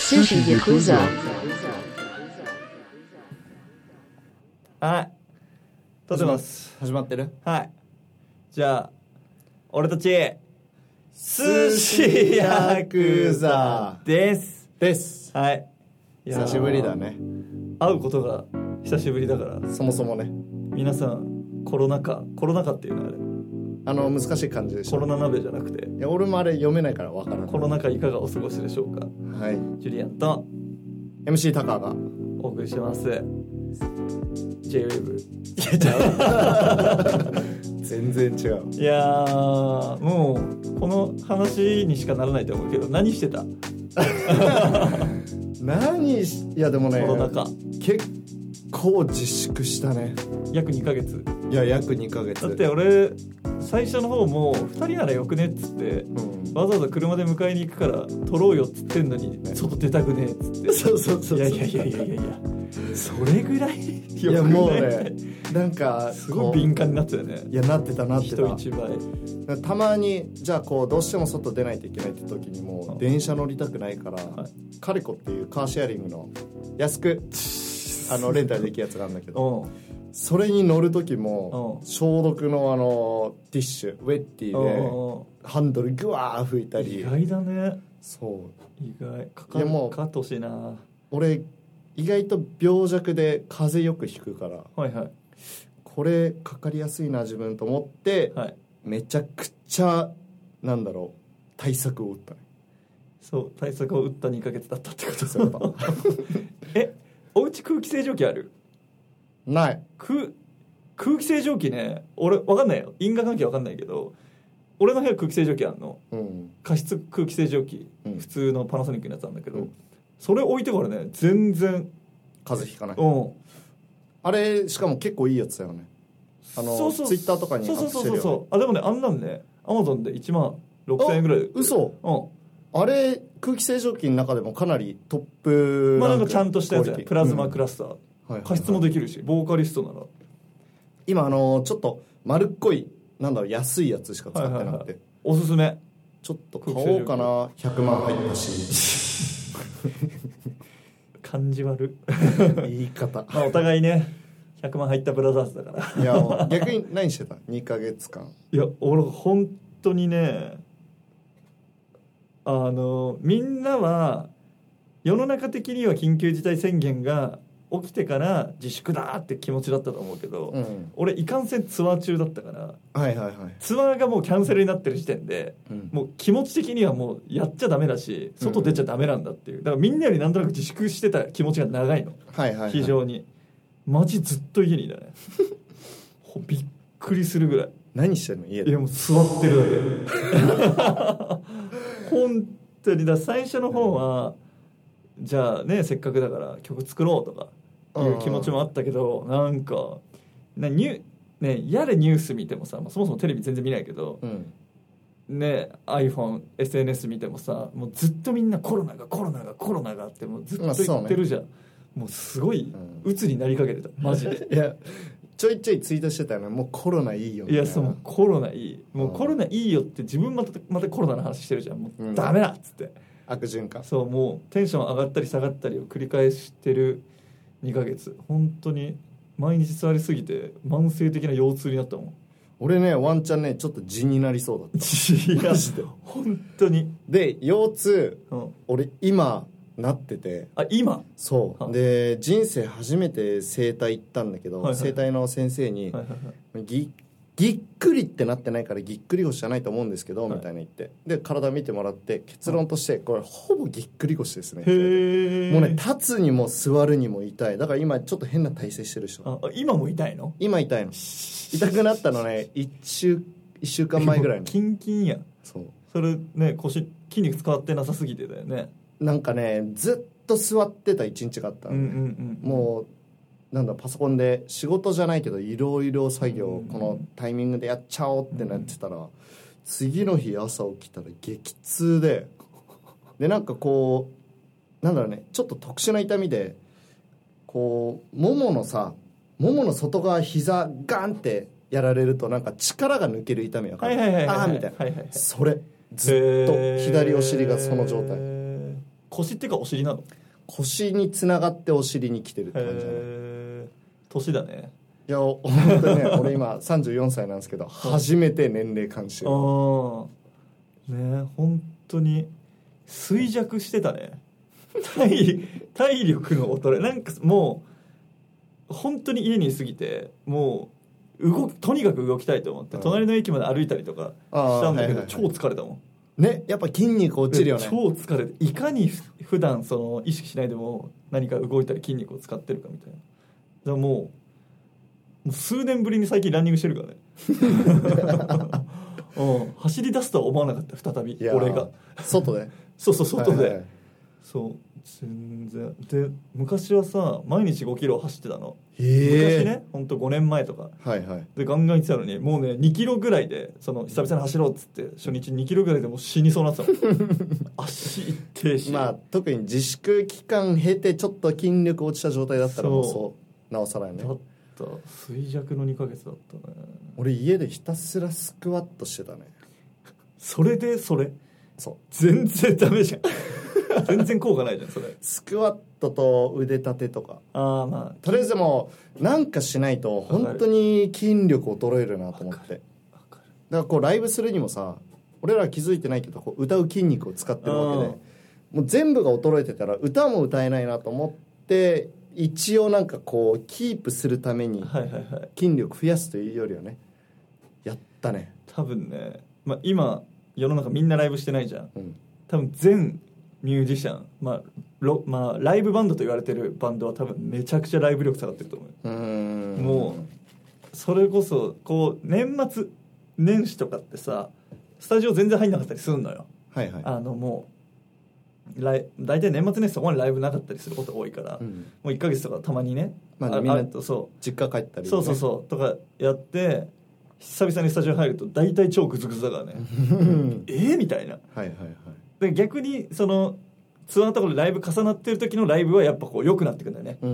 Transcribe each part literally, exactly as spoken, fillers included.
Sushi Yakuza。 はい。撮ってます。 始まってる？ はい。じゃあ、俺たち、寿司ヤクザです。 です。 はい。 久しぶりだね。 会うことが久しぶりだから。 そもそもね。 皆さん、コロナ禍、コロナ禍っていうのはあれ。 あの、難しい漢字でしょ。 コロナ鍋じゃなくて。 いや、俺もあれ読めないから分からない。 コロナ禍いかがお過ごしでしょうか。 はい。 ジュリアンとエムシー タカがお送りしてます。ジェイウェーブ。 いや、ちゃう。全然違う。 いやー、もうこの話にしかならないと思うけど、何してた？ 何しいやでもね、 コロナ禍結構自粛したね。 約にかげつ。 いや、約にかげつ。 だって俺最初の方もふたりならよくねっつって、うん、わざわざ車で迎えに行くから撮ろうよっつってんのに、ね、外出たくねえっつって。 そうそうそうそう。 いやいやいやいやいやいや、それぐらいいやもうね、なんかすごい敏感になってたよね。 いや、なってたなってた。 人一倍。 たまにじゃあこうどうしても外出ないといけないって時にも電車乗りたくないから、はい、カリコっていうカーシェアリングの安くあのレンタルできるやつがあるんだけど、それに乗る時も消毒のあのティッシュウェッティでハンドルグワー拭いたり。 意外だね。 そう意外。かかかかってほしいな。 俺意外と病弱で風邪よくひくから、 はいはい、 これかかりやすいな自分と思って、はい、めちゃくちゃなんだろう対策を打ったね。 そう対策を打ったにかげつだったってことですよ。え、おうち空気清浄機ある？ ない。 空空気清浄機ね、俺分かんないよ、因果関係分かんないけど、俺の部屋空気清浄機あんの、うん、加湿空気清浄機、うん、普通のパナソニックのやつなんだけど、うん、それ置いてからね全然風邪ひかない。 うん、あれしかも結構いいやつだよね。あのそうそうツイッターとかにアップしてるよね。 そうそうそうそう。あ、でもね、あんなんねアマゾンでいちまんろくせんえんぐらいで。 嘘。うん。あれ空気清浄機の中でもかなりトップランク。 まあなんかちゃんとしたやつや、プラズマクラスター、うん、はいはいはい、加湿もできるし、ボーカリストなら今あのちょっと丸っこいなんだろう安いやつしか使ってなくて、はいはいはい、 おすすめ。 ちょっと買おうかな。ひゃくまん入ったし。 感じ悪言い方、 まあ、お互いねひゃくまん入ったブラザーズだからいや逆に何してたにかげつかん。 いや俺本当にね、あのみんなは世の中的には緊急事態宣言が起きてから自粛だって気持ちだったと思うけど、うん、俺いかんせんツアー中だったから、 はいはいはい、 ツアーがもうキャンセルになってる時点で、うん、もう気持ち的にはもうやっちゃダメだし外出ちゃダメなんだっていう、だからみんなよりなんとなく自粛してた気持ちが長いの、 はいはいはい、 非常にマジずっと家にいたね。びっくりするぐらい。 何してんの家で？ いやもう座ってるだけ。本当にだ、最初の方はじゃあねせっかくだから曲作ろうとかいう気持ちもあったけど、なんかなニュ、ね、やれニュース見てもさ、まあ、そもそもテレビ全然見ないけど、うんね、iPhone、エスエヌエス 見てもさ、もうずっとみんなコロナがコロナがコロナがってもうずっと言ってるじゃん、まあそうね、もうすごい鬱になりかけてた、マジで。 いやちょいちょいツイートしてたよね、もうコロナいいよみたいな。 いやそうコロナいい、もうコロナいいよって自分またまたコロナの話してるじゃん、もうダメだっつって、うん、 悪循環。 そうもうテンション上がったり下がったりを繰り返してるにかげつ、本当に毎日座りすぎて慢性的な腰痛になったもん。 俺ねワンチャンねちょっと痔になりそうだった。 いやマジで本当に。 で腰痛、うん、俺今なってて。 あ今？ そうで人生初めて整体行ったんだけど、はいはい、整体の先生に、はいはいはい、ぎ, ぎっくりってなってないからぎっくり腰じゃないと思うんですけど、はい、みたいな言って、で体見てもらって結論としてこれほぼぎっくり腰ですね。 へもうね立つにも座るにも痛い。だから今ちょっと変な体勢してるでしょ。 あ今も痛いの？ 今痛いの。痛くなったのね1週、いっしゅうかんまえぐらいの。 キンキンや。 そうそれね腰筋肉使ってなさすぎてだよね。 なんかねずっと座ってた一日があったの、ね、うんうんうん、もうなんだパソコンで仕事じゃないけどいろいろ作業をこのタイミングでやっちゃおうってなってたら、うん、次の日朝起きたら激痛ででなんかこうなんだろうねちょっと特殊な痛みでこうもものさももの外側膝ガンってやられるとなんか力が抜ける痛みわかる？あーみたいな、はいはいはい、それずっと左お尻がその状態。 腰っていうかお尻なの？ 腰につながってお尻に来てるって感じじゃない？ へー、年だね。 いや本当にね俺今さんじゅうよんさいなんですけど初めて年齢感じてる。 ああね、本当に衰弱してたね。体, 体力の衰えなんかもう本当に家にいすぎてもう動とにかく動きたいと思って、うん、隣の駅まで歩いたりとかしたんだけど、はいはいはい、超疲れたもんね。やっぱ筋肉落ちるよね。 超疲れて、いかに普段その意識しないでも何か動いたり筋肉を使ってるかみたいな。だからもう、もう数年ぶりに最近ランニングしてるからね。うん、走り出すとは思わなかった再び俺が外でそうそう外で、 はいはい、 そう全然で昔はさ毎日ごキロ走ってたの。 へ昔ねほんとごねんまえとか、 はいはい、 でガンガン行ってたのにもうねにキロぐらいでその久々に走ろうっつって初日にキロぐらいでもう死にそうになってたの。足痛いし、 まあ特に自粛期間経てちょっと筋力落ちた状態だったらもうそうなおさらやね。 だった衰弱のにかげつだったね。 俺家でひたすらスクワットしてたね。 それでそれそう全然ダメじゃん。全然効果ないじゃんそれ。 スクワットと腕立てとか、 あ、まあ、 とりあえずもうなんかしないと本当に筋力衰えるなと思って。だからこうライブするにもさ俺らは気づいてないけどこう歌う筋肉を使ってるわけでもう全部が衰えてたら歌も歌えないなと思って一応なんかこうキープするために筋力増やすというよりはねやったね。 多分ね、まあ、今世の中みんなライブしてないじゃん、うん、多分全ミュージシャン、まあロまあ、ライブバンドと言われてるバンドは多分めちゃくちゃライブ力下がってると思う。うーんもうそれこそこう年末年始とかってさスタジオ全然入んなかったりするのよ、 はいはい、 あのもう大体年末年始そこまでライブなかったりすることが多いから、うん、もういっかげつとかたまにね、 まあ、みんなそう実家帰ったり、ね、 そうそうそうとかやって久々にスタジオ入ると大体超グズグズだからね。えーみたいな。 はいはいはい。 で逆にそのツアーとかでライブ重なってる時のライブはやっぱこう良くなってくんだよね、うん、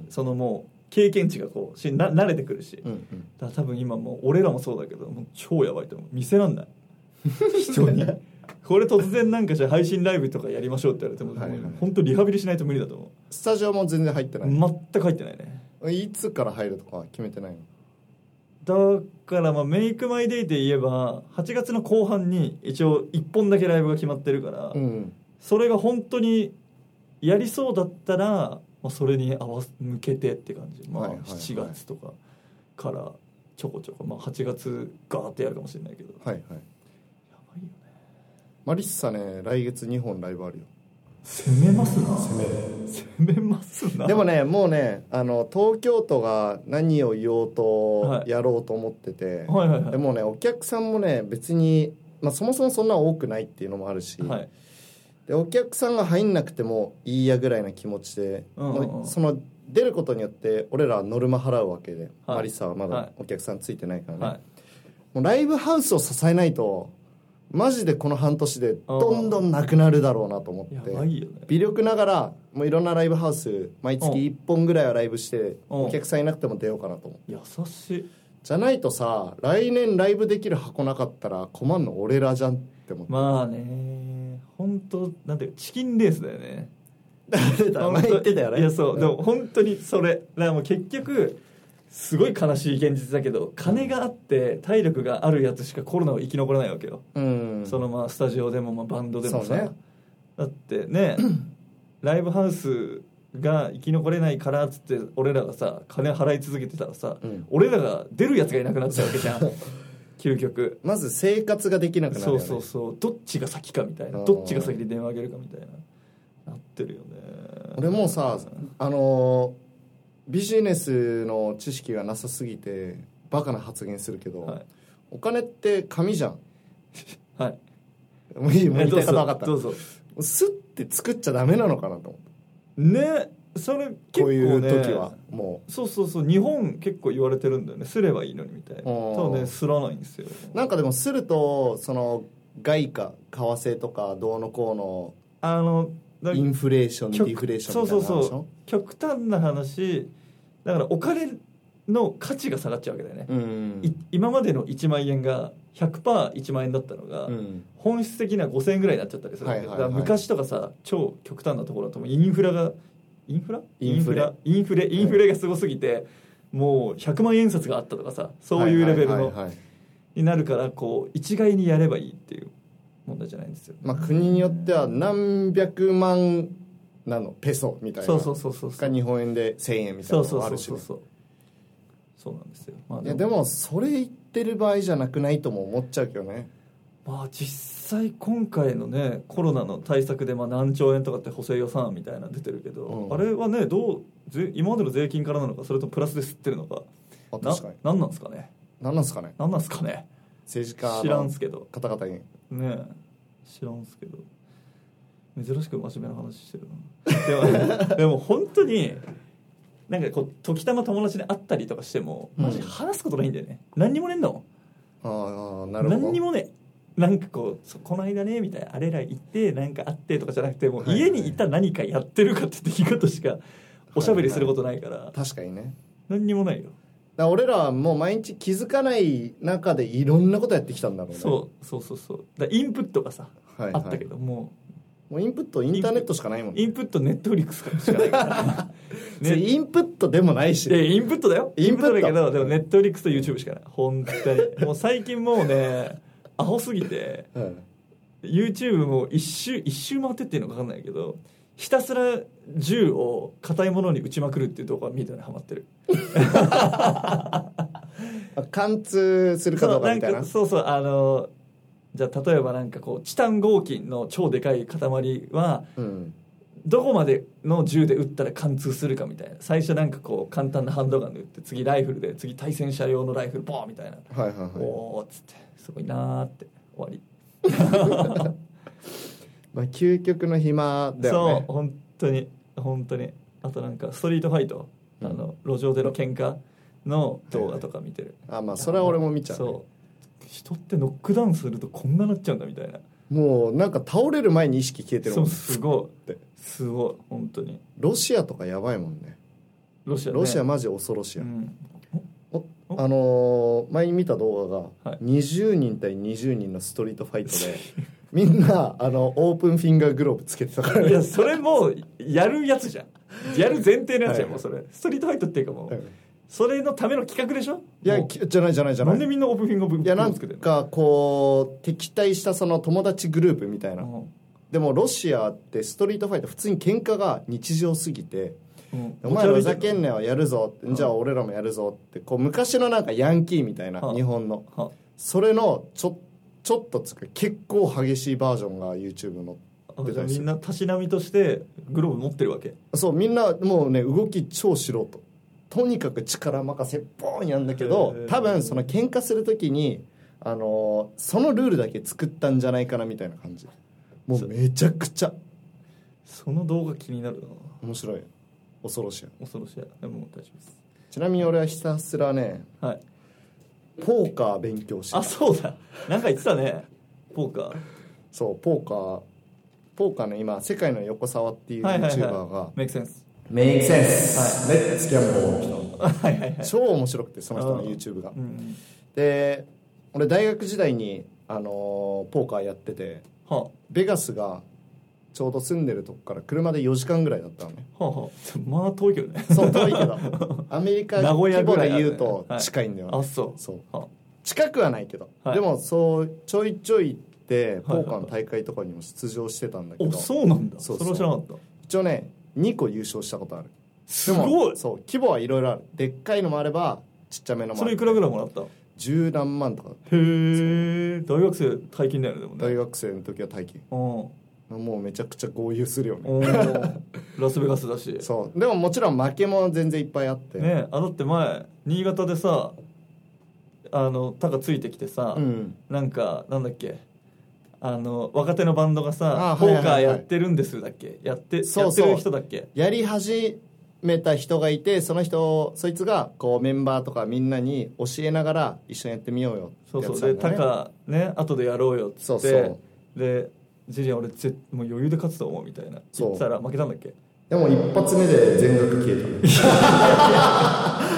そのもう経験値がこうしな慣れてくるし、うんうん、だから多分今もう俺らもそうだけどもう超やばいと思う。見せらんない人にこれ突然なんかじゃ配信ライブとかやりましょうって言われても、はいはい、本当リハビリしないと無理だと思う。 スタジオも全然入ってない？ 全く入ってないね。 いつから入るとか決めてないの？ だからまあメイクマイデイで言えばはちがつの後半に一応いっぽんだけライブが決まってるから、うん、それが本当にやりそうだったら、まあ、それに合わせ向けてって感じ、まあ、しちがつとかからちょこちょこ、まあ、はちがつガーってやるかもしれないけど、 はいはい、やばいよね。 マリッサね来月にほんライブあるよ。 攻めますな。 攻め攻めますな。 でもねもうねあの東京都が何を言おうとやろうと思ってて、はいはいはいはい、でもねお客さんもね別に、まあ、そもそもそんな多くないっていうのもあるし、はい、でお客さんが入んなくてもいいやぐらいな気持ちで、うんうんうん、その出ることによって俺らはノルマ払うわけで、はい、マリサはまだお客さんついてないからね、はい、もうライブハウスを支えないとマジでこの半年でどんどんなくなるだろうなと思って、 やばいよね、 微力ながらもういろんなライブハウス毎月いっぽんぐらいはライブしてお客さんいなくても出ようかなと思って。 優しい。 じゃないとさ来年ライブできる箱なかったら困んの俺らじゃんって思って。 まあね本当なんていうチキンレースだよね。 前言ってたよね。 いやそう、でも本当にそれだからもう結局すごい悲しい現実だけど金があって体力があるやつしかコロナは生き残らないわけよ、うん、そのまあスタジオでもまあバンドでもさ、ね、だってねライブハウスが生き残れないからっつって俺らがさ金払い続けてたらさ、うん、俺らが出るやつがいなくなっちゃうわけじゃん究極まず生活ができなくなるよね。 そうそうそうどっちが先かみたいなどっちが先で電話あげるかみたいななってるよね。 俺もさあのービジネスの知識がなさすぎてバカな発言するけど、はい、お金って紙じゃんはいもういいもう言いたいこと分かった。 どうぞ。 スッて作っちゃダメなのかなと思ってね。それ結構ねこういう時はもうそうそうそう日本結構言われてるんだよね。すればいいのにみたいな。ただねすらないんですよ。 なんかでもするとその外貨為替とかどうのこうのあのインフレーションディフレーションみたいな話。 そうそうそう極端な話だからお金の価値が下がっちゃうわけだよね、 うん、 い今までのいちまん円が ひゃくパーセントいちまん円だったのが、うん、本質的にはごせんえんぐらいになっちゃったりするわけ、はいはいはい、だから昔とかさ超極端なところだとインフラがインフラインフレインフレインフレがすごすぎて、もうひゃくまん円札があったとかさ、そういうレベルの、はいはいはいはい、になるからこう一概にやればいいっていう問題じゃないんですよ、 まあ、国によっては何百万なのペソみたいな、 そうそうそうそうが日本円でせんえんみたいなのがあるし、 そうそうそうそうそうなんですよ、まあ、 いやでもそれ言ってる場合じゃなくないとも思っちゃうけどね。 まあ実際今回のねコロナの対策でまあ何兆円とかって補正予算みたいなの出てるけど、うん、あれはねどうぜ今までの税金からなのかそれとプラスで吸ってるのか、 あ確かに何なんですかね何なんですかね何なんですかね政治家知らんすけど方々にね知らんすけど珍しく真面目な話してるなでもでも本当になんかこう時たま友達に会ったりとかしてもマジ話すことないんだよね、うん、何にもねえんだもん。 ああなるほど。 何にもねなんかこうこの間ねみたいなあれら行ってなんか会ってとかじゃなくてもう家にいた何かやってるかって出来事しかおしゃべりすることないから、はいはい、 確かにね何にもないよ。 だ俺らはもう毎日気づかない中でいろんなことやってきたんだろうね。 そうそうそうそうだインプットがさ、はいはい、あったけどもうもうインプットインターネットしかないもんね。 インプットネットフリックスしかないからね、インプットでもないし、 ね、インプットだよインプットだけどでもネットフリックスと YouTube しかない本当にもう最近もうねアホすぎて、うん、YouTube も一周一周回ってっていうのか分かんないけどひたすら銃を硬いものに撃ちまくるっていう動画を見るのにハマってる貫通するかどうかみたいな。 そうそうあのじゃあ例えばなんかこうチタン合金の超でかい塊は、うん、どこまでの銃で撃ったら貫通するかみたいな。最初なんかこう簡単なハンドガンで撃って次ライフルで次対戦車用のライフルボーンみたいな、 はいはいはい、 おーっつってすごいなーって終わりまあ究極の暇だよね。 そう本当に本当に。あとなんかストリートファイト、うん、あの路上での喧嘩の動画とか見てる、 はいはい、あまあそれは俺も見ちゃう、ね、 そう人ってノックダウンするとこんななっちゃうんだみたいな。 もうなんか倒れる前に意識消えてるもん。 そうすごいすごい本当に。 ロシアとかやばいもんね。 ロシア、ね、 ロシアマジ恐ろしい、うん、おあのー、前に見た動画がにじゅうにん対にじゅうにんのストリートファイトでみんなあのオープンフィンガーグローブつけてたから、ね、 いやそれもうやるやつじゃんやる前提のやつやん、はい、もうそれストリートファイトっていうかもう、はい、それのための企画でしょ。 いやじゃないじゃないじゃない。 なんでみんなオープンフィンガーグローブつけてるの。いやなんかこう敵対したその友達グループみたいな、うん、でもロシアってストリートファイト普通に喧嘩が日常すぎて、うん、お前らふざけんなよやるぞって、うん、じゃあ俺らもやるぞってこう昔のなんかヤンキーみたいな、はあ、日本の、はあ、それのちょ、ちょっとつか結構激しいバージョンが YouTube の出たりする。 みんなたしなみとしてグローブ持ってるわけ。 そうみんなもうね動き超素人とにかく力任せボーンやんだけど多分その喧嘩するときにあのー、そのルールだけ作ったんじゃないかなみたいな感じ。もうめちゃくちゃその動画気になるな。 面白い恐ろしい恐ろしい。でも大丈夫です。 ちなみに俺はひたすらね、 はい、 ポーカー勉強して。 あそうだなんか言ってたねポーカー。 そうポーカーポーカーの今世界の横沢っていう YouTuber がメイクセンスメイクセンスレッツギャンボーの人はいはい、はい、 超面白くてその人の YouTube が、うん、で俺大学時代に、あのー、ポーカーやってて、はあ、ベガスがちょうど住んでるとこから車でよじかんぐらいだったのね、 はあはあ、まあ遠いけどね。 そう遠いけどアメリカ規模で言うと近いんだよね、 はい、あそうそう、はあ、近くはないけど、はい、でもそうちょいちょいってポーカーの大会とかにも出場してたんだけど、 はいはいはい、おそうなんだ。そうそうそれは知らなかった。 一応ねにこ優勝したことある。 すごい。 そう規模はいろいろある。でっかいのもあればちっちゃめのもある。 それいくらぐらいもらった？ 十何万とか。 へえ。大学生大金だよねでもね。 大学生の時は大金。うん。もうめちゃくちゃ豪遊するよね。 ラスベガスだし。 そうでももちろん負けも全然いっぱいあってね。あだって前新潟でさあのタカついてきてさ、うん、なんかなんだっけあの若手のバンドがさポーカーやってるんですだっけ、やってそうそうやってる人だっけ。 やり始めた人がいてその人そいつがこうメンバーとかみんなに教えながら一緒にやってみようよってやつなんだよね。 そうそうでタカね後でやろうよっつって。 そうそうでジュリアン俺ぜもう余裕で勝つと思うみたいな言ってたら負けたんだっけ。 でも一発目で全額消えた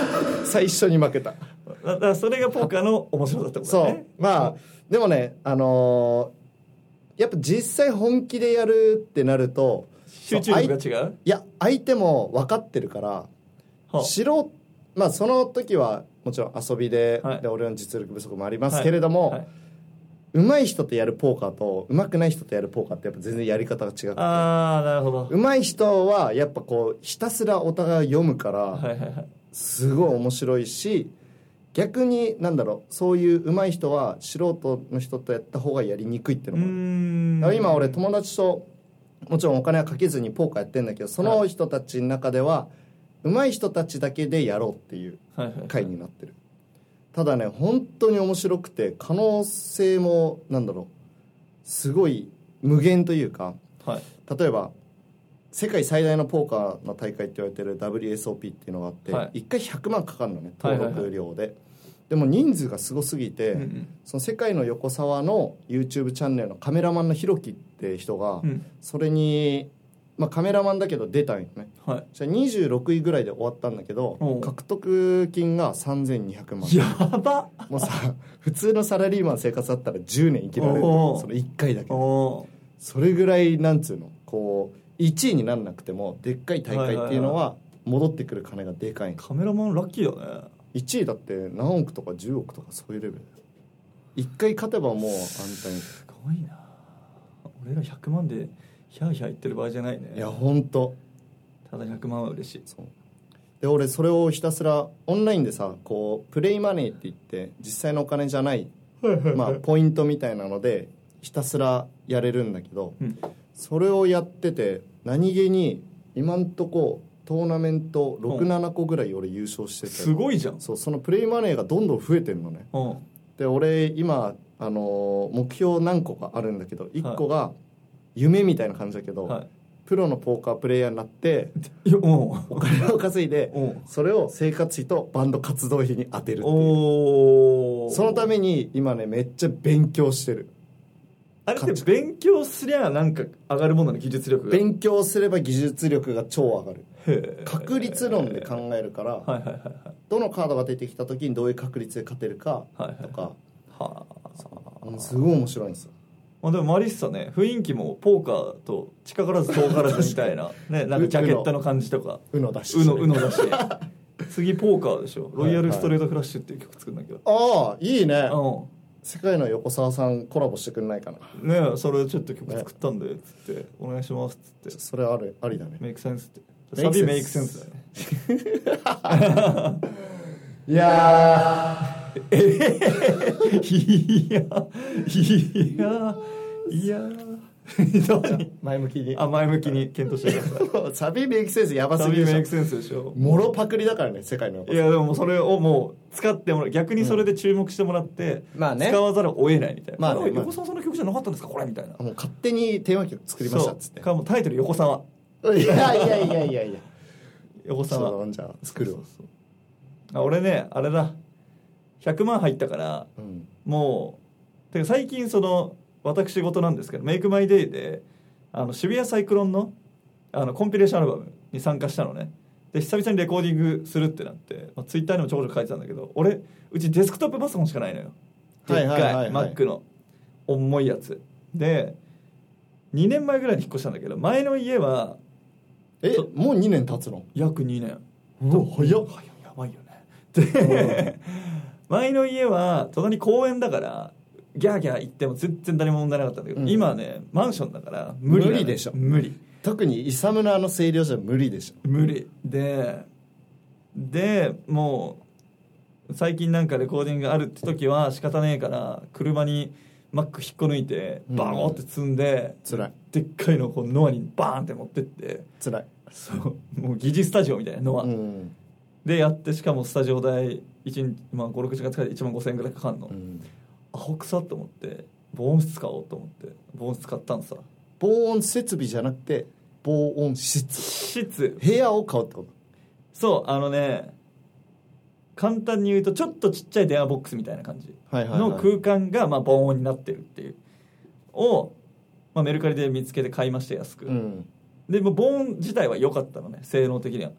最初に負けた。 だからそれがポーカーの面白さってことだね。 そうまあでもねあのー、やっぱ実際本気でやるってなると集中力が違う。 いや相手も分かってるから、はあ、素人まあその時はもちろん遊び で,、はい、で俺の実力不足もありますけれども、はいはい、上手い人とやるポーカーと上手くない人とやるポーカーってやっぱ全然やり方が違くて、 ああなるほど。 上手い人はやっぱこうひたすらお互い読むから、はいはいはい、すごい面白いし、逆になんだろうそういう上手い人は素人の人とやった方がやりにくいっていうのもある。うーんだから今俺友達ともちろんお金はかけずにポーカーやってんだけど、その人たちの中では上手い人たちだけでやろうっていう会になってる、はいはいはい、ただね本当に面白くて可能性もなんだろうすごい無限というか、はい、例えば世界最大のポーカーの大会って言われてる ダブリューエスオーピー っていうのがあって、はい、いっかいひゃくまんかかるのね登録料で、はいはいはい、でも人数がすごすぎて、うんうん、その世界の横沢の YouTube チャンネルのカメラマンのひろきって人が、うん、それに、まあ、カメラマンだけど出たんよね、はい、じゃあにじゅうろくいぐらいで終わったんだけど獲得金がさんぜんにひゃくまん。 やばっ。 もうさ普通のサラリーマン生活だったらじゅうねん生きられるそのいっかいだけど、それぐらいなんつうのこういちいになんなくてもでっかい大会っていうのは戻ってくる金がでかい。 カメラマンラッキーだね。 いちいだって何億とかじゅうおくとかそういうレベルだよ。いっかい勝てばもう安泰に。 すごいな。俺らひゃくまんでヒャーヒャー言ってる場合じゃないね。 いやほんとただひゃくまんは嬉しい。 そうで俺それをひたすらオンラインでさこうプレイマネーって言って実際のお金じゃないまあポイントみたいなのでひたすらやれるんだけど、うん、それをやってて何気に今んとこトーナメントろくななこぐらい俺優勝してて、 すごいじゃん。 そうそのプレイマネーがどんどん増えてるのね。で俺今あの目標何個かあるんだけどいっこが夢みたいな感じだけど、はい、プロのポーカープレイヤーになってお金を稼いでそれを生活費とバンド活動費に当てるっていう。おそのために今ねめっちゃ勉強してる。 あれって勉強すりゃなんか上がるものの技術力が。 勉強すれば技術力が超上がる。確率論で考えるから、はいはいはいはい、どのカードが出てきた時にどういう確率で勝てるかとか、はいはいはあ、すごい面白いんですよ。 まあ、でもマリッサね雰囲気もポーカーと近からず遠からずみたいな、ね、なんかジャケットの感じとかうのだしうのうのだし次ポーカーでしょ。ロイヤルストレートフラッシュっていう曲作るんだけど、 はいはい、ああいいね、うん、世界の横澤さんコラボしてくんないかな。 ねえそれちょっと曲作ったんでっつって、ね、お願いしますっつって。 それあるありだね。 メイクセンスってサビメイクセンスだねいやーえー、いやいやいや前向きにあ前向きに検討してくださいサビメイクセンスやばすぎでしょ。 サビメイクセンスでしょ。 もろパクリだからね世界の。 いやでもそれをもう使ってもらう逆にそれで注目してもらって、うん、まあね、使わざるを得ないみたいな、まあね、横澤さんの曲じゃなかったんですかこれみたいな。 もう勝手にテーマ曲作りましたっつってかもタイトル横澤いやいやいやいやいや横澤じゃあ作るわ。 そうそうそうあ俺ねあれだひゃくまん入ったから、うん、もうてか最近その私事なんですけどメイクマイデイであの渋谷サイクロン の, あのコンピレーションアルバムに参加したのね。で久々にレコーディングするってなって、まあ、ツイッターにもちょこちょこ書いてたんだけど俺うちデスクトップパソコンしかないのよ。でっかい、はいはいはいはい、Mac の重いやつでにねんまえぐらいに引っ越したんだけど前の家はえもうにねん経つの。 約にねん。 うわ早っ。 やばいよね。で前の家は隣公園だからギャーギャー言っても全然誰も問題なかったんだけど、うん、今ねマンションだから無理、ね、 無理でしょ。 無理。 特にイサムのあの声量じゃ無理でしょ。 無理ででもう最近なんかレコーディングあるって時は仕方ねえから車にマック引っこ抜いてバーンって積んで、 うん、辛いでっかいのをこうノアにバーンって持ってって辛い。 そうもう疑似スタジオみたいなノア、うん、でやってしかもスタジオ代いち、まあ、ごろくじかん使っていちまんごせんえんぐらいかかんの、うん、アホくさと思って防音室使おうと思って防音室買ったんさ。 防音設備じゃなくて防音室室部屋を買うってこと。 そうあのね簡単に言うとちょっとちっちゃい電話ボックスみたいな感じの空間がまあ防音になってるっていうを、まあ、メルカリで見つけて買いました安く、うん、でも防音自体は良かったのね性能的には。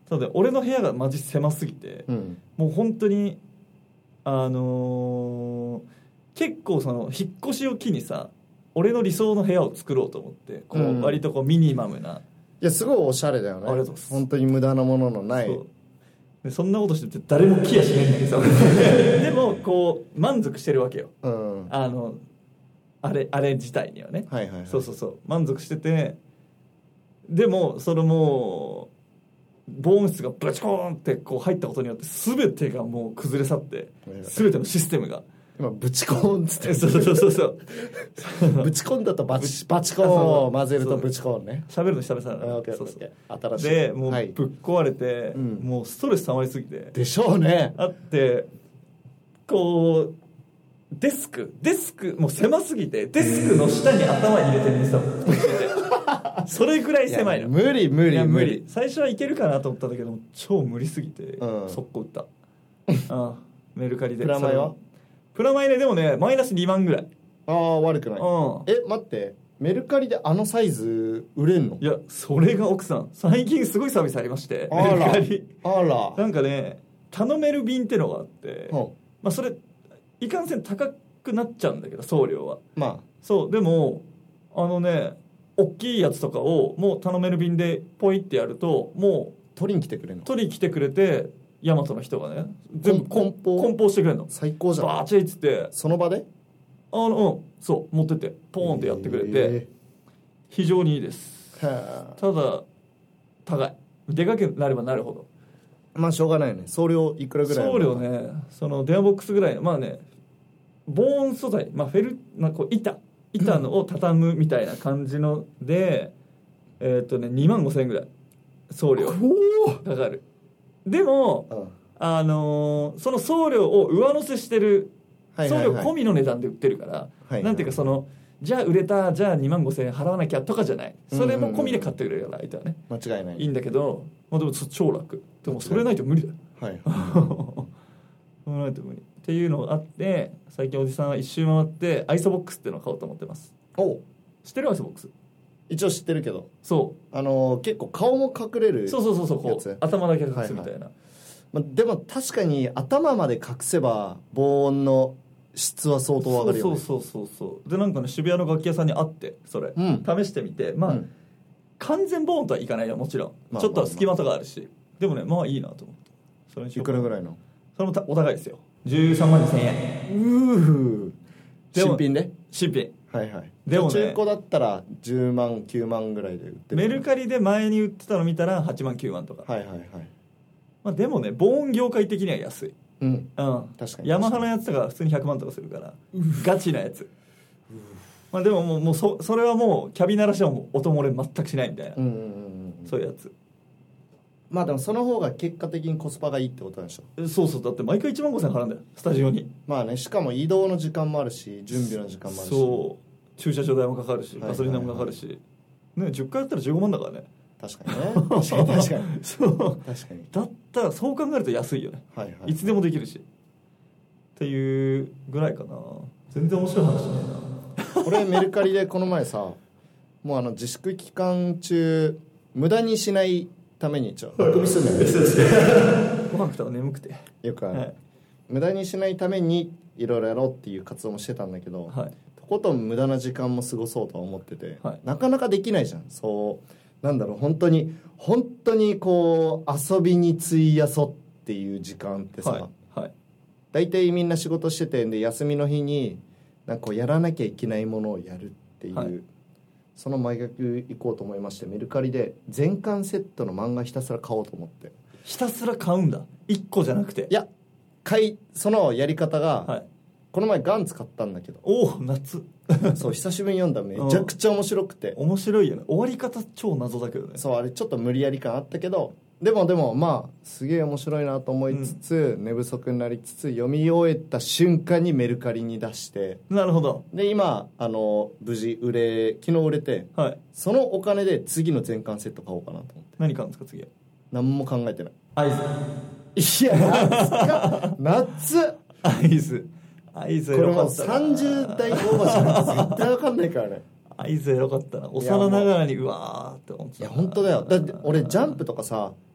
ただ俺の部屋がマジ狭すぎて、うん、もう本当にあのー、結構その引っ越しを機にさ俺の理想の部屋を作ろうと思ってこう割とこうミニマムな、 いやすごいおしゃれだよね。ありがとうございます。本当に無駄なもののない。 そうでそんなことしてて誰も来やしねえんだけどでもこう満足してるわけよ、うん、あのあれあれ自体にはね、はいはいはい、そうそうそう満足してて、でもそのもう防音室がブチコーンってこう入ったことによって全てがもう崩れ去って全てのシステムが今ブチコーンっつってそうそうそうそうブチコーンだとバチバチコーンを混ぜるとブチコーンね。 喋るの久々なの。そうそう新しいでもうぶっ壊れて、はい、もうストレス溜まりすぎてでしょうね。 あってこうデスクデスクもう狭すぎてデスクの下に頭入れて寝てたもんそれぐらい狭いの。 い無理無理無理。 最初はいけるかなと思ったんだけど超無理すぎて、うん、速攻打ったあメルカリで。 プラマイはプラマイねでもねマイナスにまんぐらい。 ああ悪くない、うん、え待ってメルカリであのサイズ売れんの？ いやそれが奥さん最近すごいサービスありまして、 あらメルカリあらなんかね頼める便ってのがあって、うん、まあそれいかんせん高くなっちゃうんだけど送料はまあそうでもあのね大きいやつとかをもう頼める便でポイってやるともう取りに来てくれるの？ 取りに来てくれてヤマトの人がね全部梱包梱包してくれるの。 最高じゃん。 バーチェイっつってその場であのうんそう持ってってポーンってやってくれて非常にいいです。ただ高いでかくなればなるほどまあしょうがないよね。送料いくらぐらい？ 送料ねその電話ボックスぐらいまあね防音素材、まあ、フェルなんかこう板板のを畳むみたいな感じので、うん、えっ、ー、とねにまんごせんえんぐらい送料かかる。でも、うん、あのー、その送料を上乗せしてる、はいはいはい、送料込みの値段で売ってるから、はいはい、なんていうかそのじゃあ売れたじゃあにまんごせんえん払わなきゃとかじゃない。それも込みで買ってくれるから相手はね間違いないいいんだけど、まあ、でも超楽。でもそれないと無理だよ。はいそれないと無理っていうのがあって最近おじさんは一周回ってアイソボックスっていうのを買おうと思ってます。お知ってる？アイソボックス一応知ってるけどそうあのー、結構顔も隠れるそうそうそうそうこう頭だけ隠すみたいな、はいはいまあ、でも確かに頭まで隠せば防音の質は相当上がるよね。 そうそうそうそうでなんかね渋谷の楽器屋さんにあってそれ、うん、試してみてまあ、うん、完全防音とはいかないよもちろん、まあ、ちょっと隙間とかあるし、まあまあ、でもねまあいいなと思ってそれにしようかな。 いくらぐらいの？ それもお高いですよじゅうさんまんにせんえん。 うー新品で？ 新品はいはい。でもね中古だったらじゅうまんきゅうまんぐらいで売ってる。 メルカリで前に売ってたの見たらはちまんきゅうまんとか。 はいはいはい。 まあ、でもね防音業界的には安い。うん、うん、 確かに。 ヤマハのやつとか普通にひゃくまんとかするからガチなやつ。まあ、でももう、もう そ, それはもうキャビ鳴らしても音漏れ全くしないみたいな、うんうんうんうん、そういうやつ。 まあでもその方が結果的にコスパがいいってことなんでしょ。 そうそうだって毎回いちまんごせん払うんだよスタジオに。 まあねしかも移動の時間もあるし準備の時間もあるしそう駐車場代もかかるしガソリン代もかかるし、はいはいはいね、じゅっかいやったらじゅうごまんだからね。 確かにね確かに確かにそう確かにだったらそう考えると安いよね、はいはいはい、いつでもできるしっていうぐらいかな。全然面白い話ねえな俺メルカリでこの前さもうあの自粛期間中無駄にしないためにちょっとあくびするんだよねご飯食ったら眠くてよくある、はい、無駄にしないためにいろいろやろうっていう活動もしてたんだけど、はい、とことん無駄な時間も過ごそうとは思ってて、はい、なかなかできないじゃん。そうなんだろう本当に本当にこう遊びに費やそうっていう時間ってさ、はいはい、大体みんな仕事しててで休みの日になんかこうやらなきゃいけないものをやるっていう、はい、その真逆行こうと思いましてメルカリで全巻セットの漫画ひたすら買おうと思って。 ひたすら買うんだいっこじゃなくて。 いや買いそのやり方が、はい、この前ガンツ買ったんだけどおお夏そう久しぶりに読んだめちゃくちゃ面白くて面白いよね。終わり方超謎だけどね。 そうあれちょっと無理やり感あったけどでもでもまあすげえ面白いなと思いつつ、うん、寝不足になりつつ読み終えた瞬間にメルカリに出して。 なるほど。 で今あの無事売れ昨日売れて、はい、そのお金で次の全巻セット買おうかなと思って。 何買うんですか次は。 何も考えてない。 合図。いや夏か夏合図合図エロかったな。 これもうさんじゅう代オーバーじゃないと絶対分かんないからね合図エロかったな。幼ながらにうわーって思ってた。 いや本当だよ。だって俺ジャンプとかさ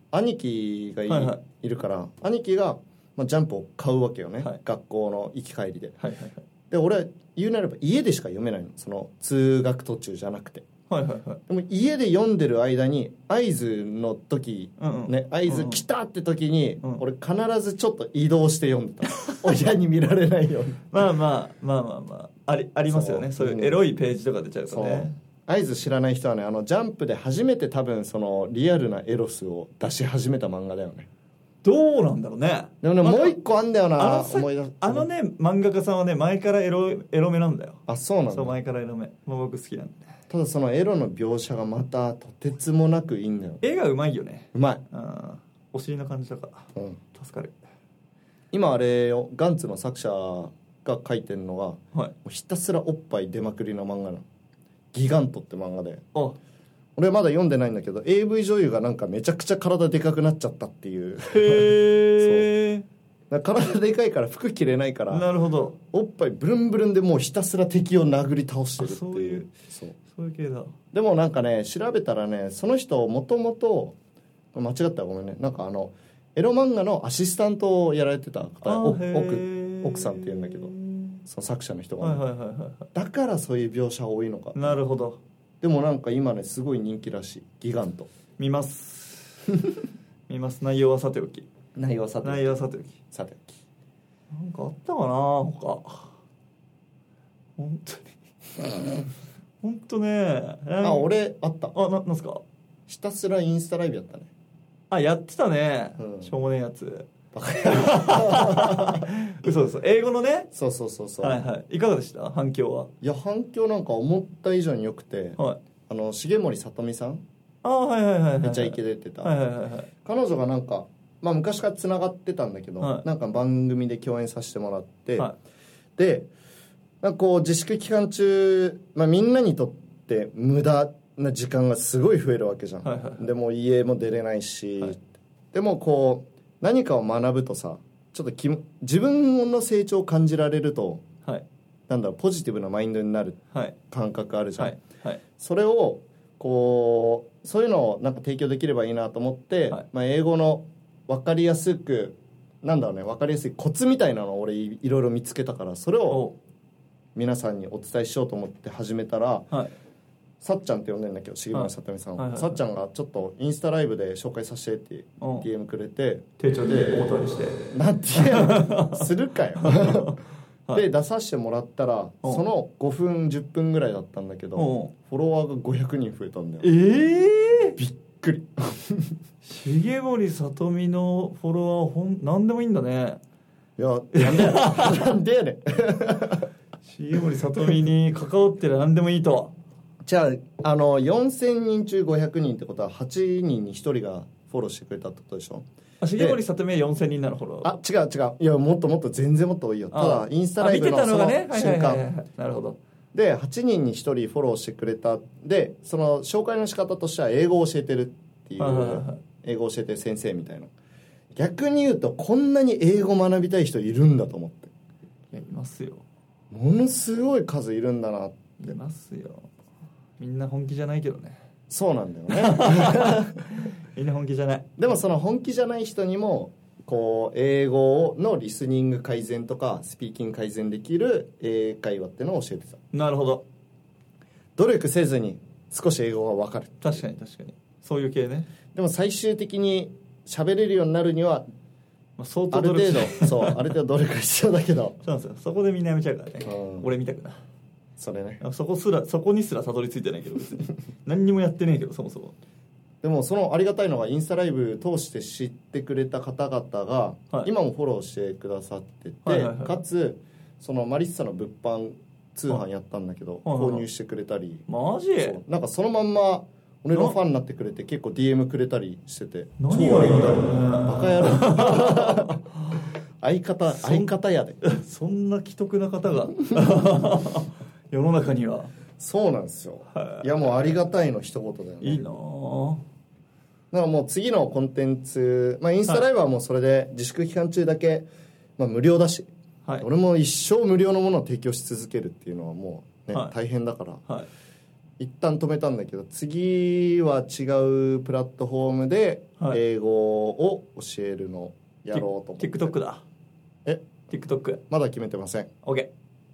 兄貴が い,、 はいはい、 いるから兄貴が、まあ、ジャンプを買うわけよね、 はい、 学校の行き帰りで、 はいはいはい、で俺は言うなれば家でしか読めないの、その通学途中じゃなくて、 はいはいはい、 でも家で読んでる間に合図の時、 うんうん、 ね、合図来たって時に、 うんうん、 俺必ずちょっと移動して読んでた親に見られないようにまあまあまあまあまああり、ありますよね、そういうエロいページとか出ちゃうとね。 合図知らない人はね、あのジャンプで初めて多分そのリアルなエロスを出し始めた漫画だよね。 どうなんだろうね。 でもね、もう一個あんだよな、 あの思い出す。 あのね漫画家さんはね前からエロエロめなんだよ。 あ、そうなんだ。 そう前からエロめ、まあ、僕好きなんで。 ただそのエロの描写がまたとてつもなくいいんだよ。 絵がうまいよね。 うまい。 あ、お尻の感じとか、うん、助かる。 今あれよ、ガンツの作者が書いてるのが、はい、もうひたすらおっぱい出まくりの漫画なの。ギガントって漫画で、あ、俺はまだ読んでないんだけど エーブイ 女優がなんかめちゃくちゃ体でかくなっちゃったっていう。へえ。そう、体でかいから服着れないから、 なるほど、 おっぱいブルンブルンでもうひたすら敵を殴り倒してるっていう。 そういうそうそういう系だ。 でもなんかね、調べたらね、その人もともと間違ったらごめんね、なんかあのエロ漫画のアシスタントをやられてた方、奥, 奥さんっていうんだけど、その作者の人が、ね、はいはいはいはい、だからそういう描写多いのか。 なるほど。 でもなんか今ねすごい人気らしい。ギガント見ます見ます。内容はさておき内容はさておき内容はさておきさておきなんかあったかな他。本当に本当ね。 あ、俺あった。 あ、な、なんすか。 ひたすらインスタライブやったね。 あ、やってたね、うん、しょうもねえやつ。バカ嘘です。英語のね。 そうそうそうそう。 はいはい。いかがでした？反響は。 いや、反響なんか思った以上に良くて、はい、あの重森さとみさん、 あ、はいはいはい、はい、 めちゃイケ出てた、 はいはいはいはい、 彼女がなんか、まあ、昔からつながってたんだけど、はい、なんか番組で共演させてもらって、はい、でなんかこう自粛期間中、まあ、みんなにとって無駄な時間がすごい増えるわけじゃん、はいはいはい、でも家も出れないし、はい、でもこう何かを学ぶとさ、ちょっとき自分の成長を感じられると、はい、なんだろう、ポジティブなマインドになる感覚あるじゃん、はいはいはい、それをこうそういうのをなんか提供できればいいなと思って、はい、まあ、英語の分かりやすくなんだろうね、分かりやすいコツみたいなのを俺いろいろ見つけたから、それを皆さんにお伝えしようと思って始めたら、はい、さっちゃんって呼んでんだけど、重森さとみさん、はいはいはいはい、さっちゃんがちょっとインスタライブで紹介させてって ディーエム くれて、 丁重でお断りしてなんていうするかよはい、で出させてもらったらそのごふんじゅっぷんぐらいだったんだけど、フォロワーがごひゃくにん増えたんだよ。 えー、びっくり重森さとみのフォロワーほん何でもいいんだね。 いや、なんでやねんなんでやねん重森さとみに関わってる何でもいいと。 じゃあ、あのよんせんにん中ごひゃくにんってことははちにんにひとりがフォローしてくれたってことでしょ。 重森さとみはよんせんにんなのフォロー。 あ、違う違う、いやもっともっと全然もっと多いよ。ただインスタライブのその瞬間、 なるほど。 ではちにんにひとりフォローしてくれた。でその紹介の仕方としては英語を教えてるっていう、はいはいはい、英語を教えてる先生みたいな。逆に言うとこんなに英語学びたい人いるんだと思って。 いや、いますよ。 ものすごい数いるんだなって。 いますよ。みんな本気じゃないけどね。 そうなんだよねみんな本気じゃない。 でもその本気じゃない人にもこう英語のリスニング改善とかスピーキング改善できる英会話っていうのを教えてた。 なるほど。努力せずに少し英語が分かる。 確かに確かに、そういう系ね。 でも最終的に喋れるようになるには、 まあ、相当努力ある程度そうある程度努力が必要だけどそうなんですよ。そこでみんなやめちゃうからね、うん、俺みたくな。 それね、 そこすらそこにすらたどり着いてないけど別に何にもやってねえけどそもそも。 でもそのありがたいのがインスタライブ通して知ってくれた方々が、はい、今もフォローしてくださってて、はいはいはい、かつそのマリッサの物販通販やったんだけど、はいはいはい、購入してくれたり、 マジなんかそのまんま俺のファンになってくれて結構 ディーエム くれたりしてて、 何がいいんだろうね、 バカ野郎相方相方やでそんな奇特な方が世の中には。 そうなんですよ。いやもうありがたいの一言だよね。 いいなぁ。 だからもう次のコンテンツ、まあ、インスタライブはもうそれで自粛期間中だけ、まあ、無料だし、はい、俺も一生無料のものを提供し続けるっていうのはもう、ね、はい、大変だから、はい、 一旦止めたんだけど、次は違うプラットフォームで英語を教えるのやろうと思って、 はい、TikTok だ。 え TikTok まだ決めてません。 OK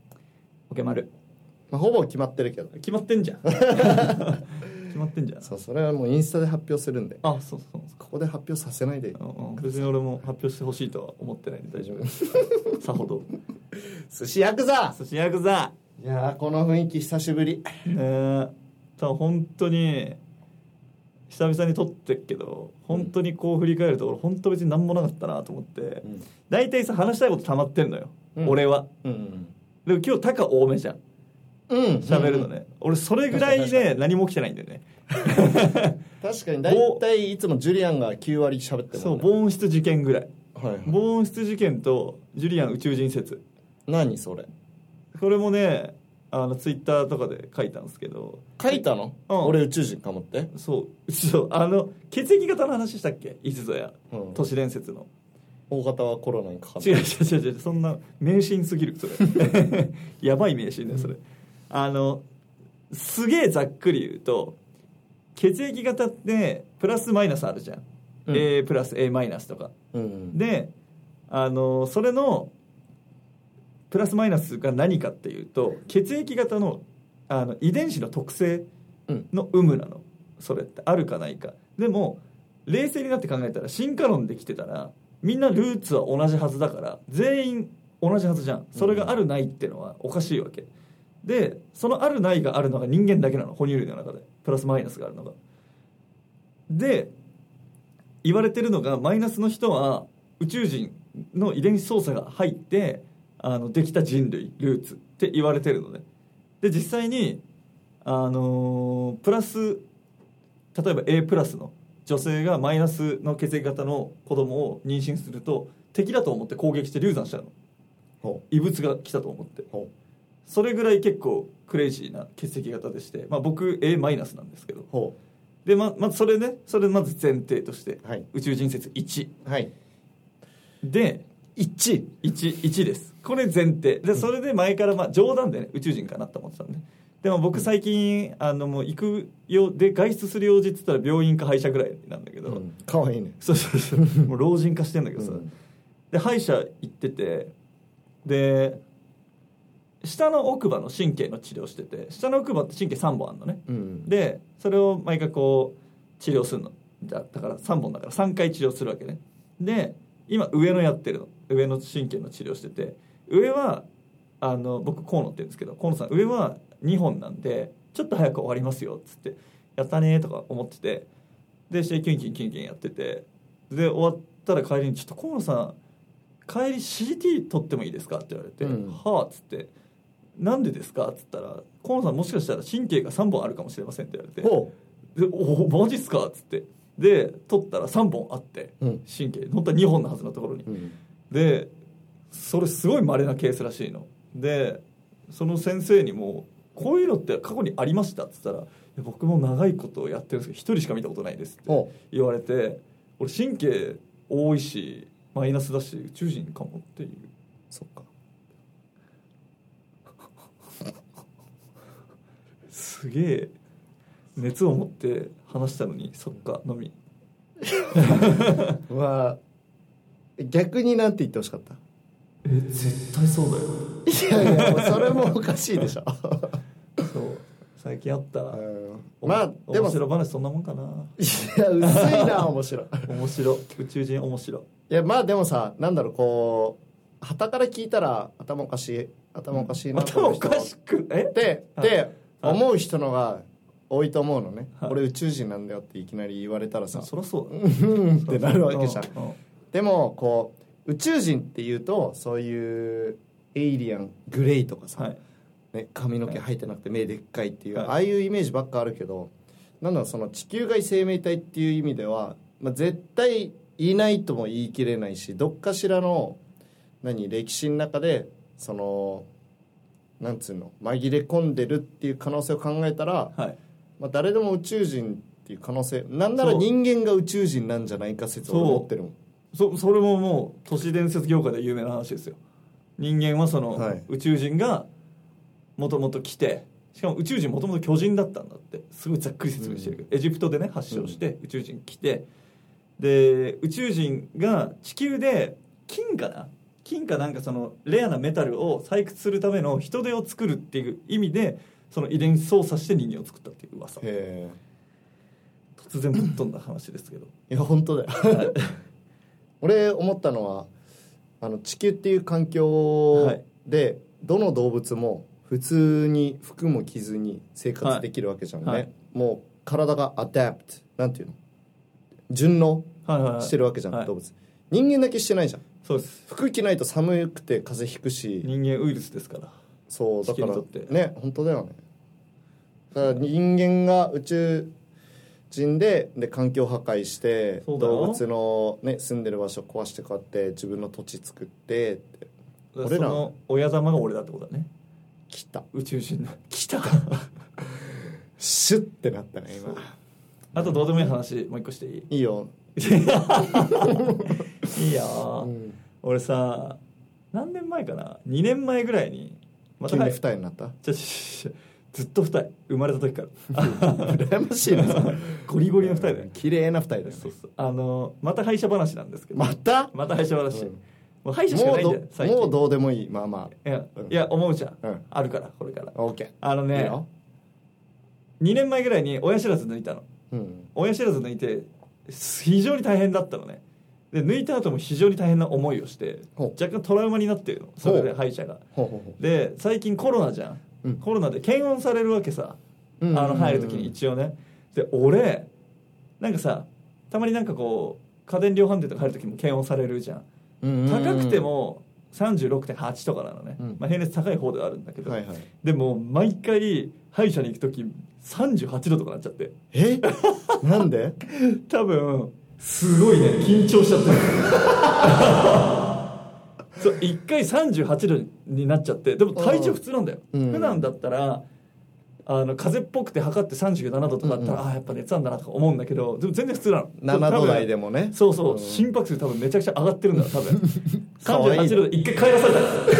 OK 丸、 まあ、ほぼ決まってるけど。 決まってんじゃん決まってんじゃん。 そう、それはもうインスタで発表するんで。 あ、そうそうここで発表させないで、うんうん、別に俺も発表してほしいとは思ってないんで大丈夫さほど寿司ヤクザ寿司ヤクザ。 いやー、この雰囲気久しぶりねえ。ただ本当に久々に撮ってっけど、本当にこう振り返ると俺本当別に何もなかったなと思って、うん、大体さ話したいこと溜まってんのよ、うん、俺は、うんうん、でも今日タカ多めじゃん、うん、喋るのね、うんうん、俺それぐらいね何も起きてないんだよね確かに大体いつもジュリアンがきゅう割喋ってるもんね。 そう、防音室事件ぐらい、はいはい、防音室事件とジュリアン宇宙人説。 何それ。 これもね、あのツイッターとかで書いたんですけど。 書いたの、うん、俺宇宙人かもって。 そうそう、あの血液型の話したっけ、いつぞや、うん、都市伝説の。 大型はコロナにかかった。 違う違う違う違う、そんな迷信すぎるそれやばい迷信だよそれ、うん、あのすげえざっくり言うと、血液型ってプラスマイナスあるじゃん、うん、A プラス A マイナスとか、うん、であのそれのプラスマイナスが何かっていうと、血液型 の, あの遺伝子の特性の有無なの、それってあるかないか。でも冷静になって考えたら、進化論できてたらみんなルーツは同じはずだから全員同じはずじゃん。それがあるないってのはおかしいわけで、そのあるないがあるのが人間だけなの、哺乳類の中でプラスマイナスがあるのが。で言われてるのが、マイナスの人は宇宙人の遺伝子操作が入ってあのできた人類ルーツって言われてるので、で実際にあのプラス、例えば A プラスの女性がマイナスの血液型の子供を妊娠すると敵だと思って攻撃して流産しちゃうの、異物が来たと思って。それぐらい結構クレイジーな血液型でして、まあ、僕 A マイナスなんですけど、で ま, まずそれね、それまず前提として、はい、宇宙人説いち、はい、で いち, いち, いちです。これ前提で、それで前からまあ冗談でね宇宙人かなと思ってたんで、でも僕最近あのもう行くようで外出する用事って言ったら病院か歯医者ぐらいなんだけど、うん、 かわいいね。 そうそうそうもう老人化してんだけどさ、うん、で歯医者行ってて、で下の奥歯の神経の治療してて、下の奥歯って神経さんぼんあるのね、うん、でそれを毎回こう治療するのだからさんぼんだからさんかい治療するわけね。で今上のやってるの、上の神経の治療してて、上はあの僕河野って言うんですけど、河野さん上はにほんなんでちょっと早く終わりますよっつって、やったねとか思ってて、でしてキュンキュンキュンキュンやってて、で終わったら帰りにちょっと河野さん帰り シーティー 取ってもいいですかって言われて、うん、はあっつって、なんでですかっつったら、河野さんもしかしたら神経がさんぼんあるかもしれませんって言われて、おでおマジっすかっつって、で取ったらさんぼんあって、うん、神経本当はにほんのはずのところに、うん、でそれすごい稀なケースらしいので、その先生にもこういうのって過去にありましたって言ったら、僕も長いことやってるんですけど一人しか見たことないですって言われて、俺神経多いしマイナスだし宇宙人かもっていう。 そっかすげえ熱を持って話したのにそっかのみは逆になんて言ってほしかった。 え絶対そうだよ。 いやいやもうそれもおかしいでしょそう最近あった、うん、 まあでも面白話そんなもんかな。 いや薄いな面白い面白宇宙人面白い。 いやまあでもさ、なんだろう、こう旗から聞いたら頭おかしい頭おかしいなと思う人、 頭おかしくえでで思う人のが多いと思うのね、はい、俺宇宙人なんだよっていきなり言われたらさ、 そりゃそうだうんってなるわけじゃん。でもこう宇宙人っていうとそういうエイリアングレイとかさ、はいね、髪の毛生えてなくて目でっかいっていう、はい、ああいうイメージばっかあるけど、なんだろう、その地球外生命体っていう意味では、まあ、絶対いないとも言い切れないし、どっかしらの何歴史の中でそのなんつうの紛れ込んでるっていう可能性を考えたら、はい、まあ、誰でも宇宙人っていう可能性、なんなら人間が宇宙人なんじゃないか説を持ってるもん。 そ, それももう都市伝説業界で有名な話ですよ。人間はその、はい、宇宙人がもともと来てしかも宇宙人もともと巨人だったんだって、すごいざっくり説明してるけど、うん、エジプトでね発祥して宇宙人来て、で宇宙人が地球で金かな金かなんかそのレアなメタルを採掘するための人手を作るっていう意味でその遺伝子操作して人間を作ったっていう噂。へー、突然ぶっ飛んだ話ですけどいや本当だよ、はい、俺思ったのはあの地球っていう環境でどの動物も普通に服も着ずに生活できるわけじゃんね、はいはい、もう体がアダプトなんていうの順応してるわけじゃん、はいはいはい、動物。人間だけしてないじゃん。 そうです。 服着ないと寒くて風邪ひくし、 人間ウイルスですから。 そうだからね、本当だよね。だから人間が宇宙人で、で環境破壊して動物の、ね、住んでる場所壊して買って自分の土地作ってって、 俺らの親玉が俺だってことだね。 来た宇宙人の来たシュッてなったね今。 あとどうでもいい話もう一個していい？ いいよいいよ、うん、俺さ何年前かなにねんまえぐらいにまた急に二重になった？ ちょちょずっと二重、生まれた時から羨ましいなゴリゴリの二重だよ。 綺麗な二重だよ、ね、 そうそう、あのまた歯医者話なんですけど。 またまた歯医者話、うん、もう歯医者しかないんだよ最近。もうどうでもいい。まあまあいや、うん、いや思うじゃん、うん、あるからこれから。 OK。 あのねいいにねんまえぐらいに親知らず抜いたの、うん、親知らず抜いて非常に大変だったのね。で抜いた後も非常に大変な思いをして若干トラウマになってるの、それで歯医者が。で最近コロナじゃん、うん、コロナで検温されるわけさ、あの入る時に一応ね。で俺なんかさたまになんかこう家電量販店とか入る時も検温されるじゃん、うんうんうん、高くても さんじゅうろくてんはち とかなのね、うん、まあ、平熱高い方ではあるんだけど、はいはい、でも毎回歯医者に行く時さんじゅうはちどとかなっちゃって。 えなんで？ 多分すごいね緊張しちゃってるそういっかいさんじゅうはちどになっちゃって。でも体調普通なんだよ、うん、普段だったらあの風邪っぽくて測ってさんじゅうななどとかだったら、うんうん、あやっぱ熱なんだなとか思うんだけど、でも全然普通なの。 ななど台でもね。 そうそう、うん、心拍数多分めちゃくちゃ上がってるんだよ多分さんじゅうはちどでいっかい帰らされ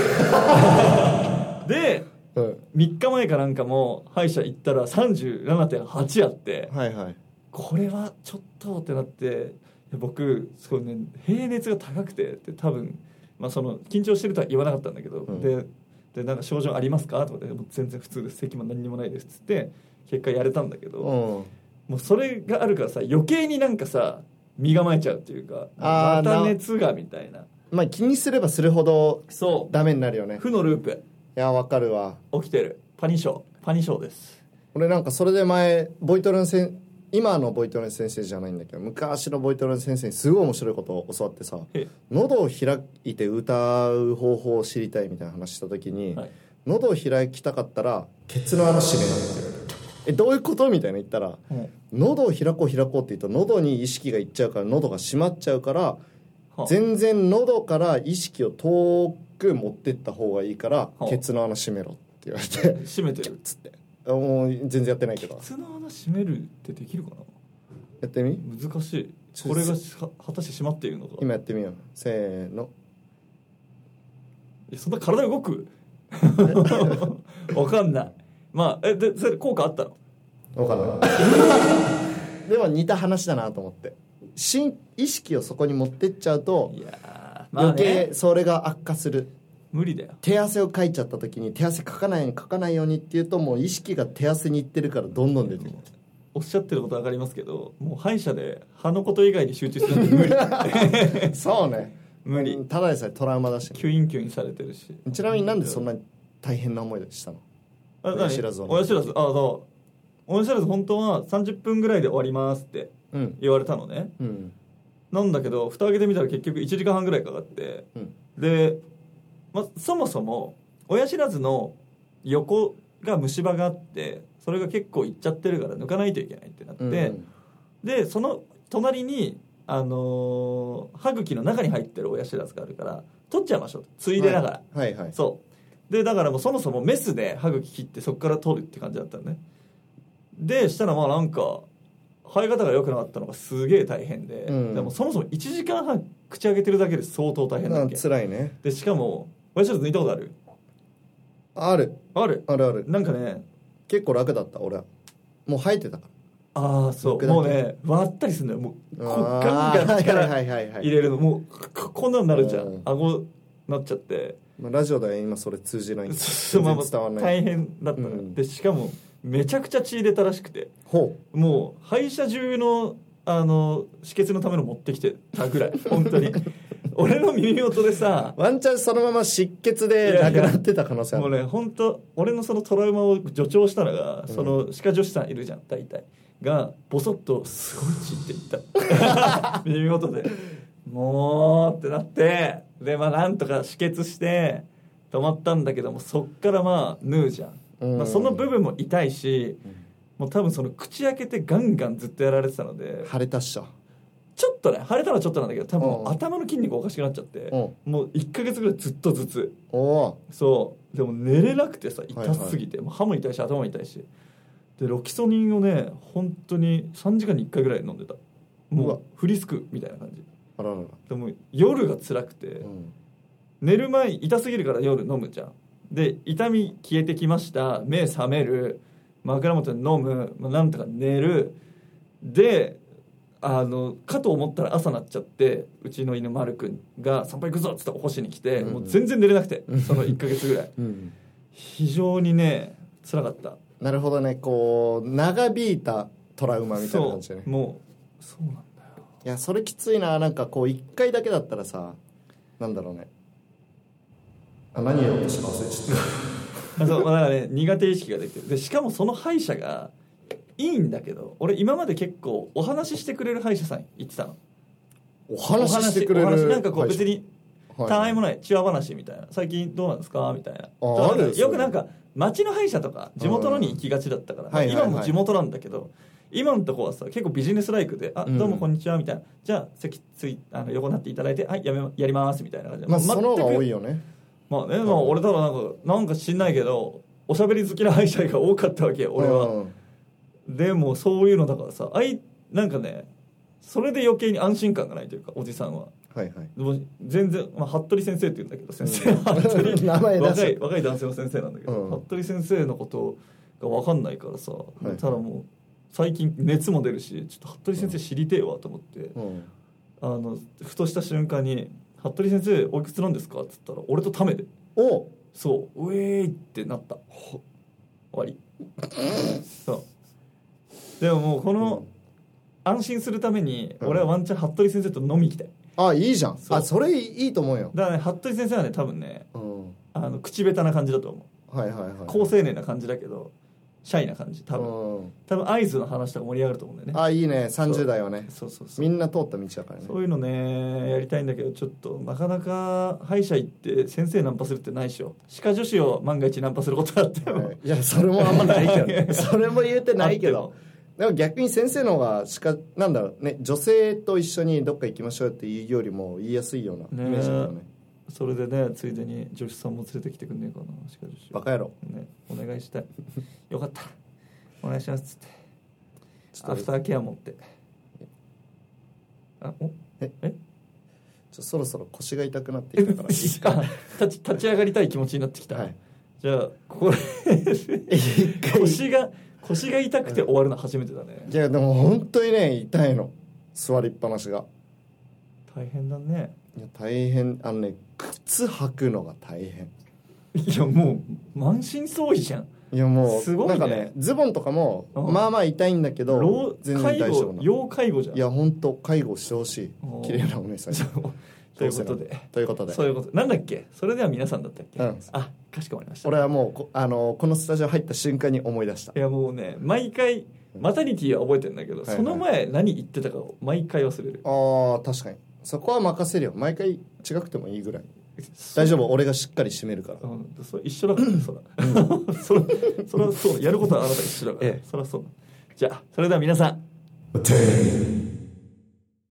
たで、うん、みっかまえかなんかも歯医者行ったら さんじゅうななてんはち あって、はいはい、これはちょっとってなって、僕そう、ね、平熱が高くてって多分、まあ、その緊張してるとは言わなかったんだけど、うん、ででなんか症状ありますかとかでも全然普通です、咳も何にもないですっつって結果やれたんだけど、うん、もうそれがあるからさ余計になんかさ身構えちゃうっていうか、また熱がみたいな。 まあ気にすればするほどダメになるよね。 負のループ。 いやわかるわ。 起きてる。パニ症パニ症です。 俺なんかそれで前ボイトレの先今のボイトレの先生じゃないんだけど昔のボイトレの先生にすごい面白いことを教わってさ、喉を開いて歌う方法を知りたいみたいな話した時に、はい、喉を開きたかったらケツの穴閉めなって言われて、えどういうことみたいな言ったら、うん、喉を開こう開こうって言うと喉に意識がいっちゃうから喉が閉まっちゃうから、はあ、全然喉から意識を遠く持ってった方がいいから、はあ、ケツの穴閉めろって言われて閉めてるっつってもう全然やってないけど。 ケツの穴閉めるってできるかな。 やってみ。 難しい。これが果たして閉まっているのか。 今やってみよう。せーの。 いやそんな体動くわかんない。まあえでそれ効果あったの？ わかんないでも似た話だなと思って心意識をそこに持ってっちゃうといや、まあね、余計それが悪化する。 無理だよ。 手汗をかいちゃった時に手汗かかないようにかかないようにっていうともう意識が手汗にいってるからどんどん出てくる。 おっしゃってること分かりますけどもう歯医者で歯のこと以外に集中するの無理そうね無理。 ただでさえトラウマだし、 キュインキュインされてるし。 ちなみになんでそんなに大変な思いしたの？ 親知らずを親知らずあそう親知らず本当はさんじゅっぷんぐらいで終わりますって言われたのね、うん、なんだけど蓋開けてみたら結局いちじかんはんぐらいかかって、うん、で、ま、そもそも親知らずの横が虫歯があってそれが結構いっちゃってるから抜かないといけないってなって、うん、でその隣に、あのー、歯茎の中に入ってる親知らずがあるから取っちゃいましょうついでながら、はいはいはい、そうでだからもうそもそもメスで歯茎切ってそこから取るって感じだったのね。でしたらまあなんか生え方が良くなかったのがすげえ大変で、うん、でもそもそもいちじかんはん口開けてるだけで相当大変だっけ。 辛いね。 でしかも親知らず抜いたことある？ あるあるあるある。 なんかね結構楽だった。俺はもう生えてたから。 ああそうもうね割ったりするんだよ。もうこガンガン力入れるのもうこんなのなるじゃん。顎なっちゃって、 まあ、ラジオでは今それ通じないんで全然伝わらない。 大変だったの、うん、でしかもめちゃくちゃ血出たらしくて、 ほうもう歯医者中のあの止血のための持ってきてたぐらい本当に俺の耳元でさワンチャンそのまま失血で亡くなってた可能性ある。 もうね本当俺のそのトラウマを助長したのが、うん、その歯科助手さんいるじゃん大体がボソッとすごい血って言った耳元でもうってなって、でまあなんとか止血して止まったんだけども、そっからまあ縫うじゃん、うんまあ、その部分も痛いし、うん、もう多分その口開けてガンガンずっとやられてたので腫れたっしょ。 ちょっとね腫れたのはちょっとなんだけど多分頭の筋肉おかしくなっちゃってもういっかげつぐらいずっと頭痛。そうでも寝れなくてさ痛すぎて、はいはい、もう歯も痛いし頭も痛いしでロキソニンをね本当にさんじかんにいっかいぐらい飲んでた。もうフリスクみたいな感じ。 あららら。 でも夜が辛くて、うん、寝る前痛すぎるから夜飲むじゃん。で痛み消えてきました、目覚める、枕元で飲む、まあ、なんとか寝るであのかと思ったら朝なっちゃって、うちの犬丸くんが散歩行くぞっつって起こしに来て、うん、もう全然寝れなくてそのいっかげつぐらい、うん、非常にね辛かった。 なるほどね。こう長引いたトラウマみたいな感じでね。 そうもうそうなんだよ。 いやそれきついな。なんかこういっかいだけだったらさなんだろうね。あ何やろうとしますちょっとそうだからね苦手意識ができてる。でしかもその歯医者がいいんだけど、俺今まで結構お話ししてくれる歯医者さん行ってたの。 お話ししてくれるお話なんかこう別にたわいもないチワ話みたいな、最近どうなんですかみたいな。 ああるよくなんか町の歯医者とか地元のに行きがちだったから、うん、今も地元なんだけど、はいはいはい、今のとこはさ結構ビジネスライクで、あどうもこんにちはみたいな、じゃあ席ついあの横になっていただいて、はいやめやりますみたいな感じで、 まあその方が多いよね。 まあね、まあ、俺多分なんかなんか知んないけどおしゃべり好きな歯医者が多かったわけよ俺は、うん、でもそういうのだからさあいなんかねそれで余計に安心感がないというか、おじさんははいはい、 もう全然、まあ、服部先生って言うんだけど先生、うん、服部名前若い若い男性の先生なんだけど、うん、服部先生のことが分かんないからさ、はい、ただもう最近熱も出るしちょっと服部先生知りてえわと思って、うん、あのふとした瞬間に服部先生おいくつなんですかって言ったら俺とタメでおそうウェーイってなった。終わりそうでももうこの、うん、安心するために俺はワンチャン服部先生と飲みに行きたい。 あいいじゃん。そあそれいいと思うよ。 だからね服部先生はね多分ね、うん、あの口下手な感じだと思う。 はいはいはい、 好青年な感じだけどシャイな感じ多分、うん、多分合図の話とか盛り上がると思うんだよね。 あいいねさんじゅう代はね。 そうそうそうみんな通った道だからね。 そういうのねやりたいんだけどちょっとなかなか歯医者行って先生ナンパするってないでしょ。歯科助手を万が一ナンパすることあっても、 はい、いやそれもあんまないけど、ね、それも言うてないけどでも逆に先生の方がしかなんだろうね、女性と一緒にどっか行きましょうって言うよりも言いやすいようなイメージだよね。ねそれでねついでに女子さんも連れてきてくんねえかな。歯科助手バカ野郎、 ね、お願いしたいよかったお願いしますっつってちょっとアフターケア持ってあおええちょそろそろ腰が痛くなってきたから立ち立ち上がりたい気持ちになってきた、はい、じゃあこれ腰が腰が痛くて終わるの初めてだね。 いやでも本当にね痛いの座りっぱなしが大変だね。 いや大変あのね靴履くのが大変。 いやもう満身創痍じゃん。 いやもうすごい、ね、 なんかねズボンとかもまあまあ痛いんだけど全然大丈夫な要介護じゃん。 いや本当介護してほしい綺麗なお姉さんということでということでそういうことなんだっけそれでは皆さんだったっけ、うん、あかしこまりました。 俺はもう こ, あのこのスタジオ入った瞬間に思い出した。 いやもうね毎回マタニティは覚えてるんだけど、はいはい、その前何言ってたかを毎回忘れる。 ああ確かにそこは任せるよ。毎回違くてもいいぐらい大丈夫。俺がしっかり締めるから、うん、 それ一緒だから、ね、そら、うん、それそれはそうやることはあなた一緒だから、ええ、それはそう。じゃあそれでは皆さん